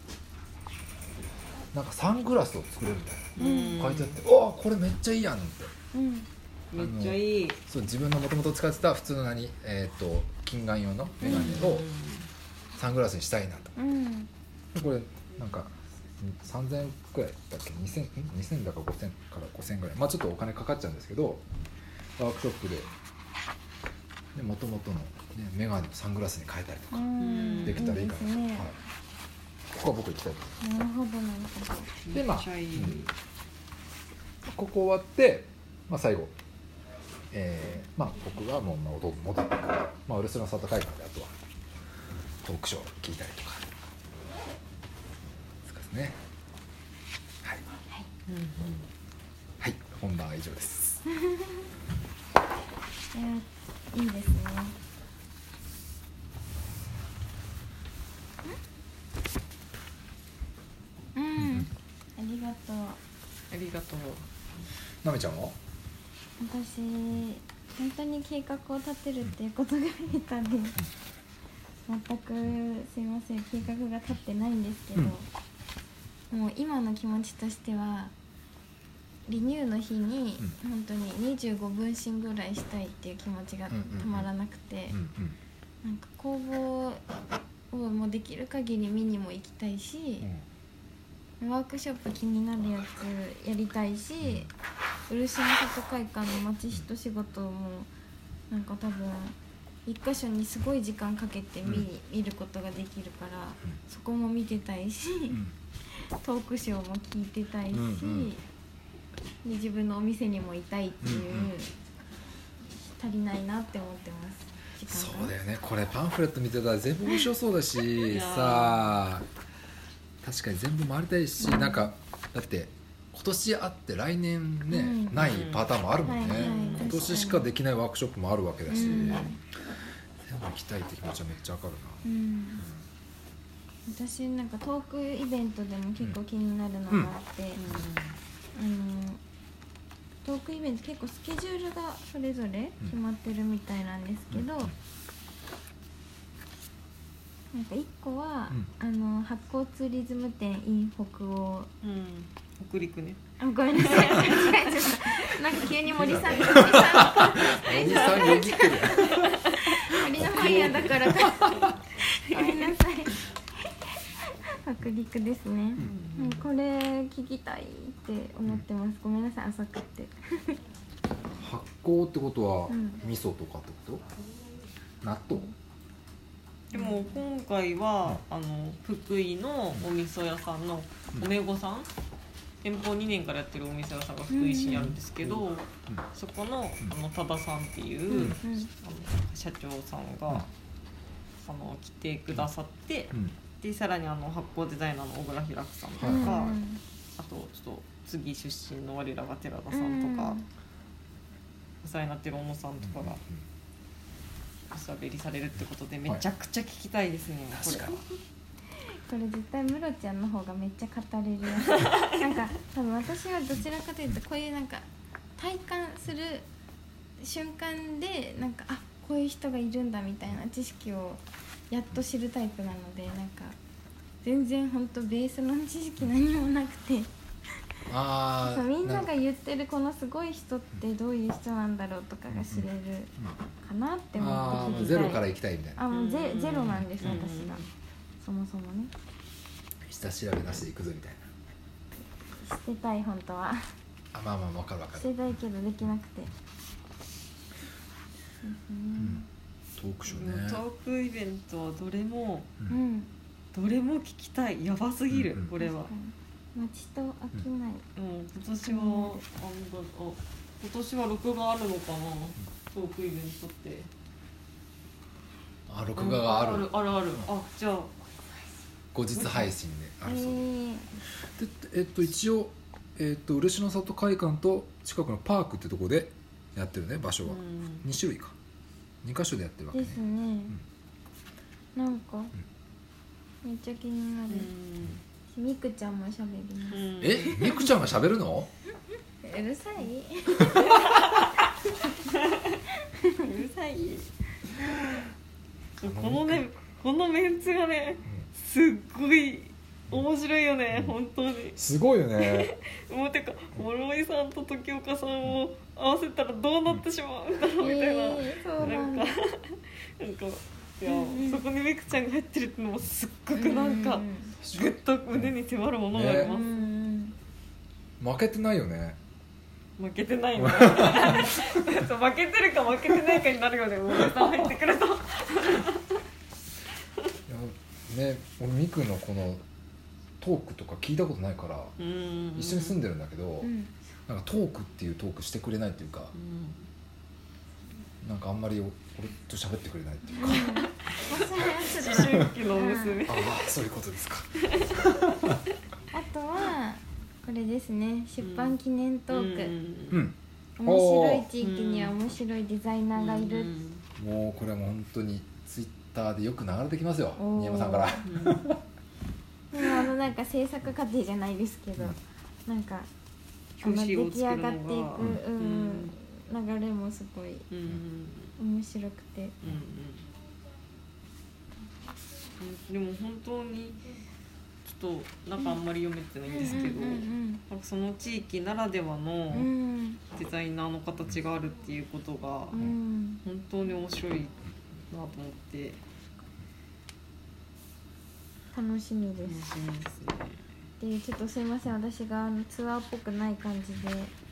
なんかサングラスを作れるみたいな、うん、書いてあって、おーこれめっちゃいいやんって、うん、 めっちゃいい。 そう自分のもともと使ってた普通の何、えー、と近眼用のメガネをサングラスにしたいなと、うん、これなんかさんぜんえんくらいだっけ、にせん、にせんだかごせんからごせんぐらい、まあちょっとお金かかっちゃうんですけど、ワークショップでもともとの、ね、メガネをサングラスに変えたりとかできたらいいかなと、いいですね、はい、ここは僕行きたいです。 なるほどなるほど。 でまあ、うん、ここ終わって、まあ、最後、えーまあ、僕はもう戻ってくる、まあ、ウルスの里会館であとはトークショーを聞いたりとかですね。はい、はいうんうん、はい、本番は以上です。 いやいいですね。うん、うん、ありがとう。 ありがとう。 なめちゃんは？ 私本当に計画を立てるっていうことが下手で、全くすいません計画が立ってないんですけど、うん、もう今の気持ちとしてはリニューの日に本当ににじゅうごぶん針ぐらいしたいっていう気持ちがたまらなくて、なんか工房をもうできる限り見にも行きたいし、ワークショップ気になるやつやりたいし、漆の里会館の町人仕事もなんか多分一箇所にすごい時間かけて 見,、うん、見ることができるから、うん、そこも見てたいし、うん、トークショーも聞いてたいし、うんうん、で自分のお店にもいたいっていう、うんうん、足りないなって思ってます。時間がそうだよね。これパンフレット見てたら全部面白そうだしさあ確かに全部回りたいし、うん、なんかだって今年あって来年ね、うん、ないパターンもあるもんね、はいはい、今年しかできないワークショップもあるわけだし、うん、全部行きたいって気持ちはめっちゃわかるな、うんうん、 私なんかトークイベントでも結構気になるのがあって、うんうん、あのトークイベント結構スケジュールがそれぞれ決まってるみたいなんですけど、うんうんなんかいっこは、うん、あの発酵ツーリズム展 in 北欧、 うん、北陸ね。 あごめんなさい間違えちゃったなんか急に森さん森さん森さんよぎってる森の本屋だからごめんなさい北陸ですね、うんうん、これ聞きたいって思ってます。ごめんなさい浅くって発酵ってことは、うん、味噌とかってこと？納豆？ でも今回はあの福井のお味噌屋さんのおめごさん、店舗にねんからやってるお店屋さんが福井市にあるんですけど、そこのあの多田さんっていう、あの社長さんが、あの来てくださって、でさらにあの発酵デザイナーの小倉平久さんとか、あとちょっと次出身の我らが寺田さんとか、お世話になってる小野さんとかがおしゃべりされるってことでめちゃくちゃ聞きたいですね、 はい、これはこれ絶対ムロちゃんの方がめっちゃ語れるやつなんか多分私はどちらかというとこういうなんか体感する瞬間でなんかあこういう人がいるんだみたいな知識をやっと知るタイプなのでなんか全然ほんとベースの知識何もなくてあそうみんなが言ってるこのすごい人ってどういう人なんだろうとかが知れるかなって思あって聞きたい。 ゼロから行きたいみたいな。 あもうゼゼロなんですうん私がそもそもね下調べなしで行くぞみたいしてたい本当はな。あまあまあ分かる分かる。 してたいけどできなくてうんトークショーね。 トークイベントはどれもうん、うんどれも聞きたい。やばすぎる、 うんうんこれは。 確かに街と飽きない、 うん今年はあんだあ今年は録画あるのかな、トークイベントって。 あ録画がある。 あるあるある。あじゃあ後日配信であるそうで。 えー、 でえっと一応えっと嬉野里会館と近くのパークってとこでやってるね場所は。 うんに種類か。に箇所でやってるわけね。 ですね、なんか、めっちゃ気になる、みくちゃんも喋ります、 うんえみくちゃんが喋るの？ うるさいうるさい。このねこのメンツがねすっごい面白いよね、 うん本当に。 すごいよね。 もうてか諸井さんと時岡さんを合わせたらどうなってしまうんだろうみたいな、 えー、そうななんんだかなんかいや、 うんうんそこにみくちゃんが入ってるってのもすっごくなんかぐっと胸に迫るものがありうんます、 うん負けてないよね。 負けてないねそう負けてるか負けてないかになるよね諸井さん入ってくるといやね俺みくのこのトークとか聞いたことないからうん一緒に住んでるんだけど、 うんなんかトークっていうトークしてくれないっていうか、なんかあんまり俺と喋ってくれないっていうか、 思春期の娘ああそういうことですか。 あとはこれですね出版記念トーク、 うん面白い地域には面白いデザイナーがいる、 もうこれはもう本当にツイッターでよく流れてきますよおー新山さんから。 でもあのなんか制作過程じゃないですけど、 うんなんかあの表出来紙を作るのが上がっていく、うん流れもすごいうん面白くて、 うんうん、でも本当にちょっと中あんまり読めてないんですけど、 うんうんなんかその地域ならではのうんうんデザイナーの形があるっていうことがうん本当に面白いなと思って楽しみで楽す、 しみですね。 でちょっとすいません私があのツアーっぽくない感じで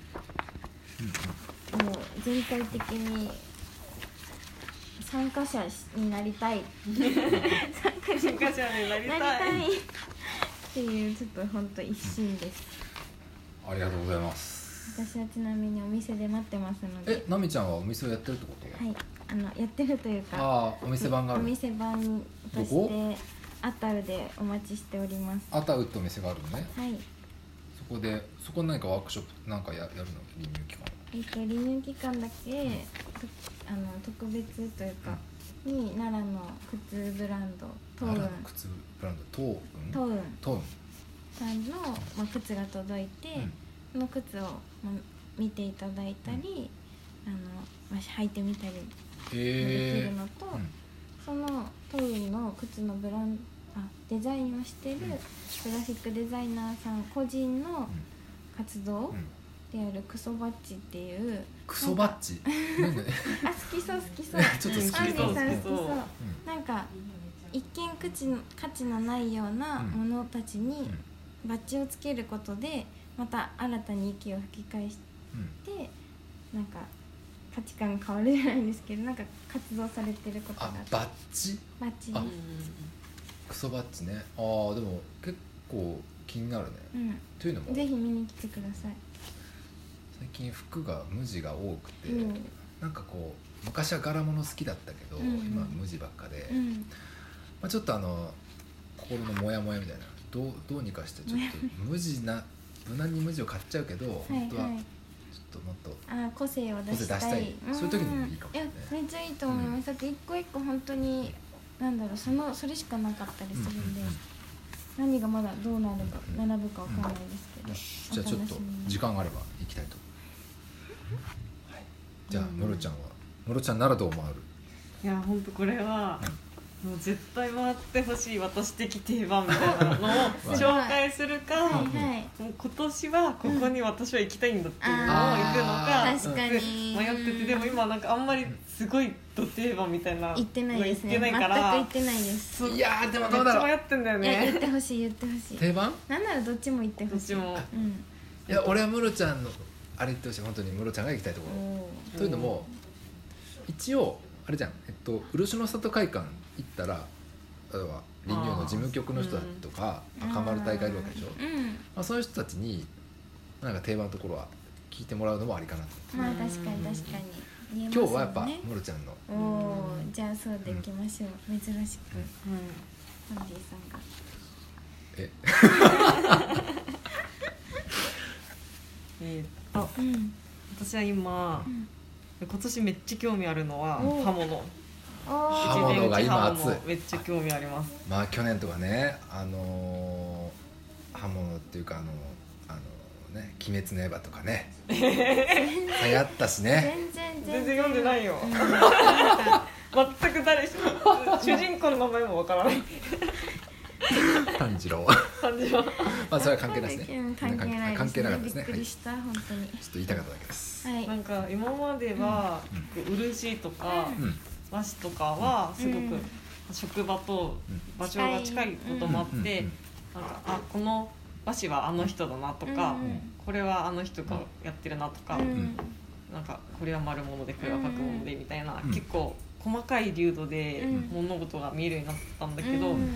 もう全体的に参加者になりたい参加者になりなりたい。 たいっていうちょっと本当一心です。 ありがとうございます。 私はちなみにお店で待ってますので、 えなみちゃんはお店をやってるってこと？ はい、あのやってるというか、 ああお店番がある。 お店番としどこてアタウでお待ちしております。 アタウってお店があるのね。 はい、 そこでそこ何かワークショップなんかややるのリニュー期間。 えっとリニュー期間だけ、とあの特別というか、に奈良の靴ブランドトーン奈良の靴ブランドトーントーントーンさんの、まあ、靴が届いて、 うんその靴を、まあ、見ていただいたり、あのまあ、履いてみたりできへるのと、 うんそのトーンの靴のブランあデザインをしてるグラフィックデザイナーさん個人の活動うんであるクソバッチっていうクソバッジなんであ好きそう好きそうちょっと好きアンディさん好きそうそうなんか一見価値の価値のないようなものたちにバッジをつけることでまた新たに息を吹き返してなんか価値観変わるじゃないんですけどなんか活動されてることがあバッジバッジあにクソバッジね。ああでも結構気になるね。 うんというのもぜひ見に来てください。 最近服が無地が多くて、 うんなんかこう昔は柄物好きだったけど、 うんうん今は無地ばっかで、 うんまあ、ちょっとあの心のモヤモヤみたいなどうどうにかしてちょっと無地な無難に無地を買っちゃうけど、 はい本当ははいちょっともっとあ個性を出したい個性出したいそういう時にもいいかもしれないやめっちゃいいと思います、だって一個一個本当になんだろうそのそれしかなかったりするんで、 何がまだどうなるか並ぶかわかんないですけど、 じゃあちょっと時間があれば行きたいと、はい、じゃあムロちゃんはムロちゃんならどう思われる？ いや本当これはもう絶対回ってほしい私的定番みたいなのを紹介するか、 はいはい、 もう今年はここに私は行きたいんだっていうのを行くのか、 うん、確かに迷ってて、でも今なんかあんまりすごいド定番みたいな行ってないですね。 行ってないから全く行ってないです。 いやーでもどうだろう、 めっちゃ迷ってんだよいや言っね。 てほしい言ってほしい。 定番？ なんならどっちも行ってほしい。 どっちも。 うん。 いや俺はムロちゃんのあれ言ってほしい、本当にムロちゃんが行きたいところ。というのも一応あれじゃん、えっと漆の里会館行ったら例えばリニューの事務局の人とか赤丸大会いるわけでしょ、 うん、 まあ、そういう人たちになんか定番のところは聞いてもらうのもありかなと。 まあ確かに確かに、ね、 今日はやっぱムロちゃんのおー、じゃあそうでいきましょう、うん、珍しく、 うんハンディさんがええーっと、 うん、 私は今、 うん今年めっちゃ興味あるのはお刃物。 刃物が今熱い。 めっちゃ興味あります。 まあ去年とかね、あのー、刃物っていうかあのあのね、鬼滅の刃とかね流行ったしね。 全然全然読んでないよ。 うん、 全く誰し主人公の名前もわからない。 炭治郎感じは。 まあそれは関係ないですね。 うん、関係ないですね。 関係なかったですね。 びっくりした、はい、本当に。 ちょっと言いたかっただけです。 はい。 なんか今までは、うん、漆とか、 うん、 和紙とかはすごく、 うん、 職場と場所が近いこともあって、うん、なんかあこの和紙はあの人だなとか、うん、これはあの人がやってるなとか、うん、なんかこれは丸物でこれは角物でみたいな、うん、結構細かい流度で物事が見えるようになったんだけど、うん、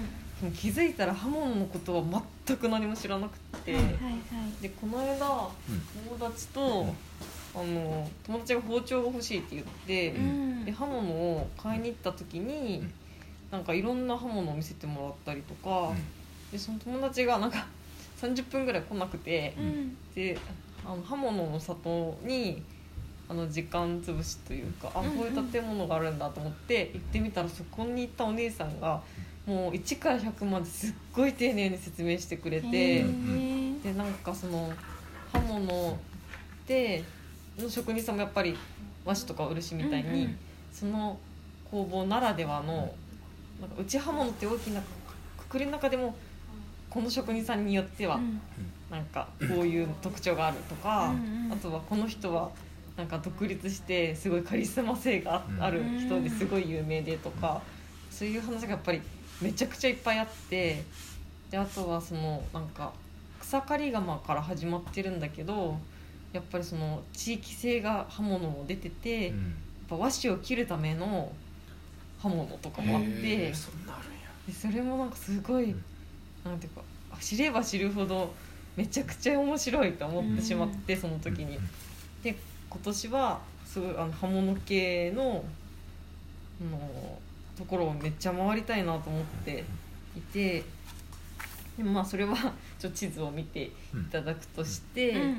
気づいたら刃物のことは全く何も知らなくて、はいはいはい、でこの間、うん、友達と、あの友達が包丁が欲しいって言って、うん、で刃物を買いに行った時に、うん、なんかいろんな刃物を見せてもらったりとか、うん、でその友達がなんかさんじゅっぷんぐらい来なくて、うん、であの刃物の里にあの時間潰しというか、あこういう建物があるんだと思って行ってみたら、そこに行ったお姉さんがもういちからひゃくまですっごい丁寧に説明してくれて、でなんかその刃物での職人さんもやっぱり和紙とか漆みたいに、うんうん、その工房ならではのなんか内刃物って大きなくくりの中でもこの職人さんによってはなんかこういう特徴があるとか、うんうん、あとはこの人はなんか独立してすごいカリスマ性がある人ですごい有名でとか、そういう話がやっぱりめちゃくちゃいっぱいあって、であとはそのなんか草刈り窯から始まってるんだけど、やっぱりその地域性が刃物も出てて、うん、やっぱ和紙を切るための刃物とかもあって、 そんなあるんや。 でそれもなんかすごい、うん、なんていうか知れば知るほどめちゃくちゃ面白いと思ってしまって、うん、その時に、で今年はすごいあの刃物系の、のところをめっちゃ回りたいなと思っていて、でもまあそれはちょっと地図を見ていただくとして、うんうんうんうん、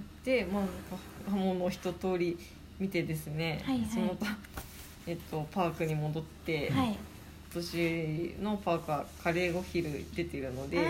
で、まあ、刃物を一通り見てですね、はいはい、そのえっと、パークに戻って、はい、今年のパークはカレーご昼出てるので、うん、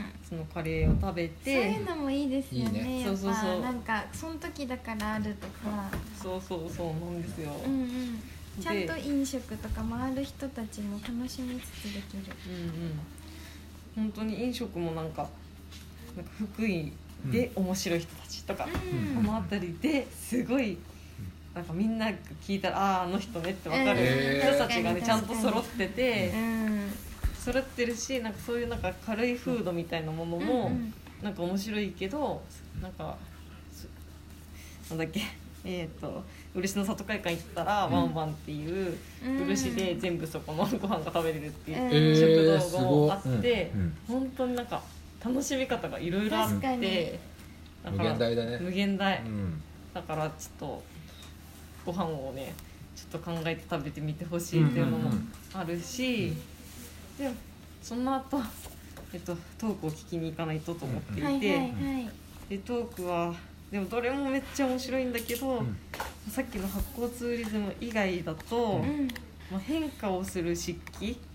そのカレーを食べて、 そういうのもいいですよね。 いいね、そうそうそう、 なんかその時だからあるとか、 そうそうそうなんですよ、 うんうん、ちゃんと飲食とか回る人たちも楽しみつつできる、 うんうん、本当に飲食もなんか、なんか福井で面白い人たちとか、うん、この辺りですごいなんかみんな聞いたらあああの人ねって分かる人たちがねちゃんと揃ってて、うん、揃ってるし、なんかそういうなんか軽いフードみたいなものもなんか面白いけど、なんかなんだっけえーと漆の里会館行ったら、うん、ワンワンっていう漆で全部そこのご飯が食べれるっていう食堂もあって、えーうんうん、本当になんか楽しみ方がいろいろあって、だから無限大だね。 無限大、うん、だからちょっとご飯をねちょっと考えて食べてみてほしいっていうのもあるし、うんうんうん、でその後、えっとトークを聞きに行かないとと思っていて、はいはいはい、でトークはでもどれもめっちゃ面白いんだけど、うん、さっきの発酵ツーリズム以外だと、うん、まあ、変化をする漆器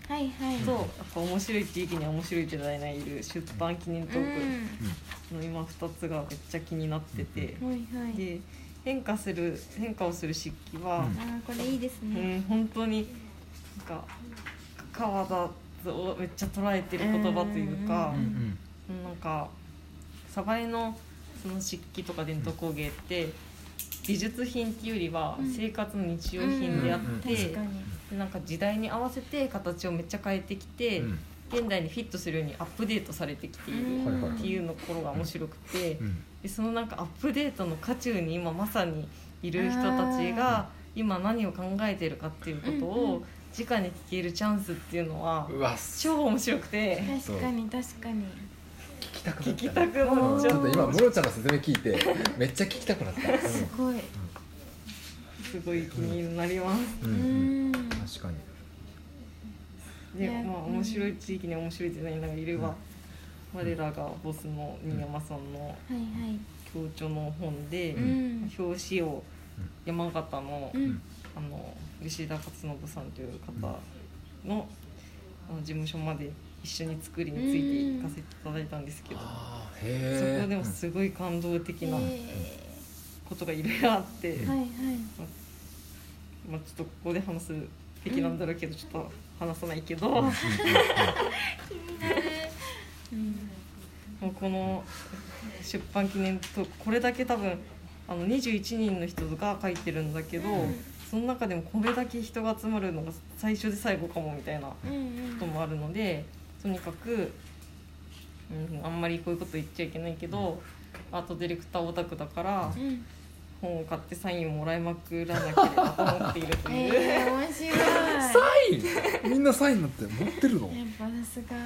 はいはいとやっぱ面白い地域には面白いデザイナーいる出版記念トークの今ふたつがめっちゃ気になってて、 うん、はいはいで変化する変化をする漆器は、 あーこれいいですうね、 ん、本当になんか川田をめっちゃ捉えてる言葉というか、 うんうんなんか鯖江のその漆器とか伝統工芸って美術品っていうよりは生活の日用品であっうんて、 確かにでなんか時代に合わせて形をめっちゃ変えてきて、 うん現代にフィットするようにアップデートされてきているはいはいはいっていうところが面白くて、 うんでそのなんかアップデートの渦中に今まさにいる人たちが今何を考えているかっていうことうんうをん直に聞けるチャンスっていうのはうわ超面白くて確かに確かに聞きたくなった、ね、 聞きたくなっうんちちゃうょっと今ムロちゃんの説明聞いてめっちゃ聞きたくなった、うんすごいすごい気になります。 ううんん確かにでいやまあ面白い地域に面白いデザイナーがいれば、我らがボスの新山さんのはいはい強調の本で、 うん表紙を山形の、 うんあの吉田勝信さんという方の,、あの事務所まで一緒に作りについて行かせていただいたんですけど、 あーそへえこでもすごい感動的なえことがいろいろあって、 ーはいはいまあ、ちょっとここで話すべきなんだろうけど、ちょっと話さないけど、 気になるうんもうこの出版記念とこれだけ多分あのにじゅういちにんの人が書いてるんだけど、 うんその中でもこれだけ人が集まるのが最初で最後かもみたいなこうんうんともあるので、とにかく、うん、あんまりこういうこと言っちゃいけないけど、アートディレクターオタクだからうん本を買ってサインをもらいまくらなければと思っているという、 えー、面白いやサインみんなサインなんて持ってるのっぱさすが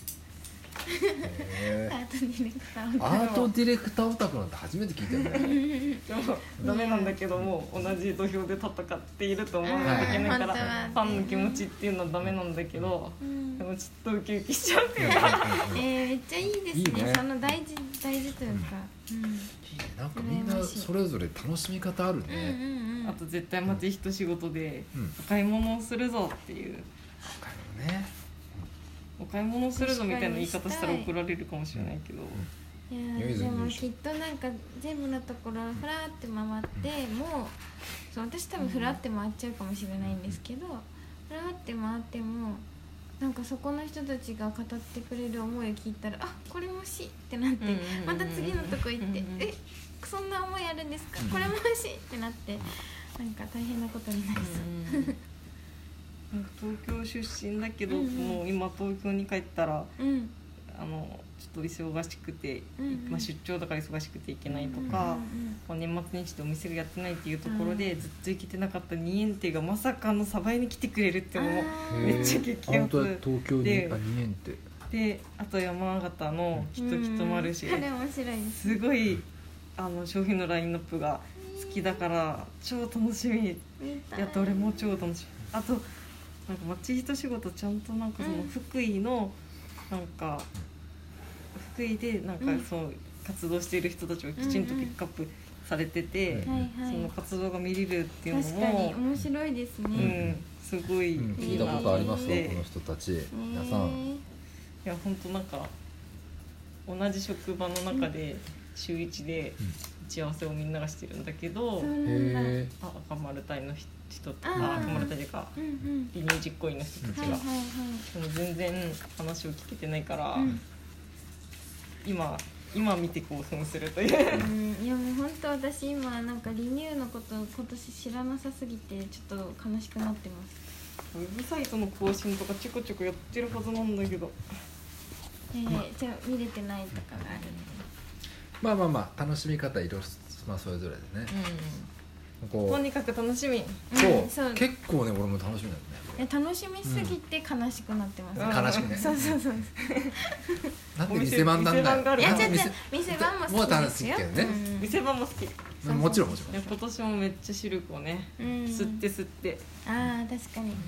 へーアートディレクターアートディレクターオタクなんて初めて聞いたよねでもダメなんだけども同じ土俵で戦っていると思わないといけないから、 はいファンの気持ちっていうのはダメなんだけど、 うんでもちょっとウキウキしちゃうっていうかえー、めっちゃいいですねいいねその大事大事というか、うん、 いいねなんかみんなそれぞれ楽しみ方あるうんね、 うんうんあと絶対松人仕事でうんお買い物をするぞっていう、 他にもねお買い物をするぞみたいな言い方したら怒られるかもしれないけど、 いいやいいやでも全然いいでしょきっとなんか全部のところふらーって回ってもそう私多分ふらって回っちゃうかもしれないんですけどふらって回ってもなんかそこの人たちが語ってくれる思いを聞いたらあこれもしってなってまた次のとこ行ってえそんな思いあるんですかこれもしってなってなんか大変なことになりそうなんか東京出身だけど、 うんうんもう今東京に帰ったらうんあのちょっと忙しくて、 うんうんまあ、出張だから忙しくて行けないとうんか、 うんまあ、年末年始でお店がやってないっていうところでずっと行けてなかったにえんてがまさかの鯖江に来てくれるってもうあーめっちゃ激アツ本当は東京にであにねんってであと山形のきっときっともあるし、 うんこれ面白いですすごいあの商品のラインナップが好きだから超楽しみ。い見たやどれも超楽しみ。あとなんか町人仕事ちゃんとなんかそのうん福井のなんか福井でなんかうんそう活動している人たちをきちんとピックアップされてて、 うんはいはいその活動が見れるっていうの確かにも、 面白いですうね、 ん、すごいいいうん、 な聞いたことありますわでこの人たちえ皆さんいや本当なんか同じ職場の中で週一で打ち合わせをみんながしてるんだけど、 そうへなんだえあ赤丸隊の人とあーか赤丸隊というかうんうん離乳実行委員の人たちが、 はいはいはいでも全然話を聞けてないから、 うん今今見て興奮するといううん、いやもう本当私今なんかリニューのこと今年知らなさすぎてちょっと悲しくなってますウェブサイトの更新とかちょこちょこやってるはずなんだけど、 えー、じゃあ見れてないとかがあるまあまあまあ楽しみ方いろいろ、まあ、それぞれでねことうにかく楽しみ。 そう,、 うんそう結構ね俺も楽しみだよえ楽しみすぎて悲しくなってます、 うん悲しくねそうそうそうなんで店番なんだよ店番があるいやなんで違う違う店番も好きですよもう楽しいけどねうん店番も好き。い店もちろんもちろんや今年もめっちゃシルクをね、 うん吸って吸って、 ああ確かに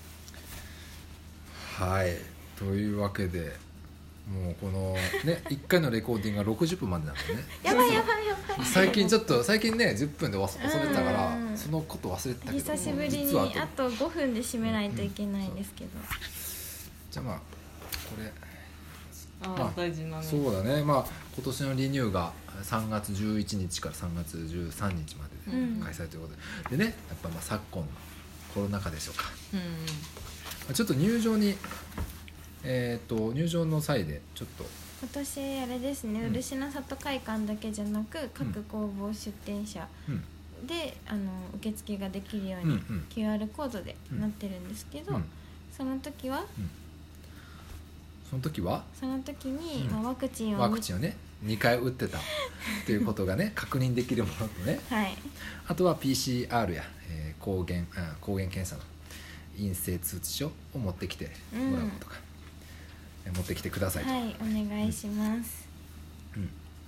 はいというわけでもうこのねいっかいのレコーディングがろくじゅっぷんまでなんでねやばいやばいやばい最近ちょっと最近ねじゅっぷんで忘忘れてたからうんそのこと忘れてたけど久しぶりに実はあとごふんで締めないといけないんですけどじゃあまあこれあ、 まあ、 大事なね。 そうだね、まあ今年のリニューがさんがつじゅういちにちからさんがつじゅうさんにちまでで開催ということで、でねやっぱまあ昨今のコロナ禍でしょうか、 うん、 ちょっと入場にえっ、ー、と入場の際でちょっと今年あれですね、 うん漆の里会館だけじゃなく各工房出店者うんで、あの受付ができるようにうんうんキューアール コードでなってるんですけど、 うんその時はその時はその時に、 うんまあ、ワクチンをワクチンをねにかい打ってたっていうことがね確認できるものとね、 はいあとは ピーシーアール や、えー抗原あ抗原検査の陰性通知書を持ってきてもらうことか、えー持ってきてくださいと、 はいお願いします、 うん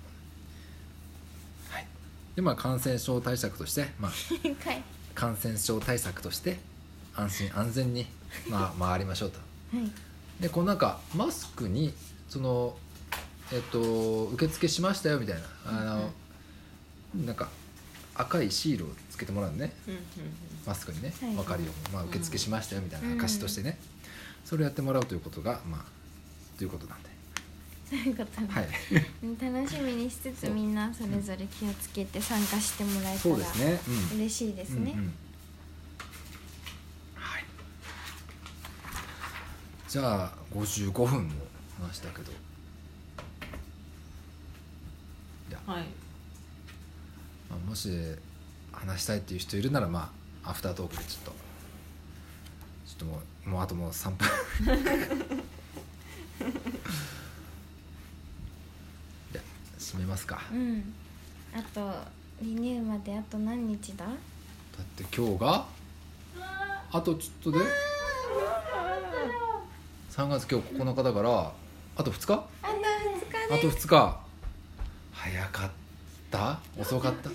はい、でまあ感染症対策として、まあ、 はい感染症対策として安心安全に、まあ、回りましょうと。 はいでこのなんかマスクにそのえっと受付しましたよみたいなあの、なんか赤いシールをつけてもらうのね、 うんうんマスクにね、 はい分かるように、まあ、受付しましたよみたいなうん証としてね、それをやってもらうということがまあということなんで、 そういうことね、 はい楽しみにしつつみんなそれぞれ気をつけて参加してもらえたらそうですね、うん、 嬉しいですね、 うんうんはい、じゃあごじゅうごふんも話したけど、じゃあ、 はい。 まあ、もし話したいっていう人いるならまあアフタートークでちょっとちょっともうもうあともうさんぷんじゃあ締めますか。 うんあとリニューまであと何日だだって今日があとちょっとでさんがつ今日ここのかだからあとふつかあとふつかあとふつか早かった遅かった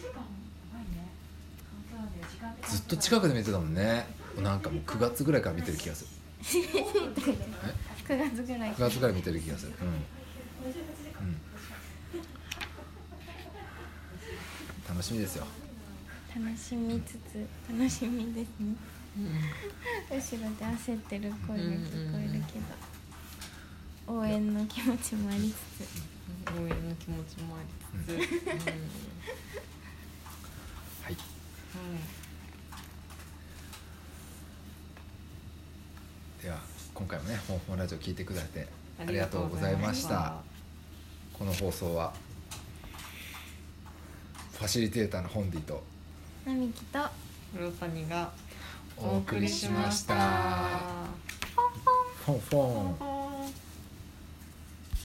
ずっと近くで見てたもんね。なんかもうくがつぐらいから見てる気がするくがつぐらいくがつぐらい見てる気がする、うんうん、楽しみですよ。 楽しみつつ楽しみですね後ろで焦ってる声が聞こえるけど、応援の気持ちもありつつ応援の気持ちもありつつ、うん、はい。 はいでは今回もね本本ラジオ聞いてくださってありがとうございました。この放送はファシリテーターのホンディと並木と黒谷がお送りしました。 ポンポンフォンフォン。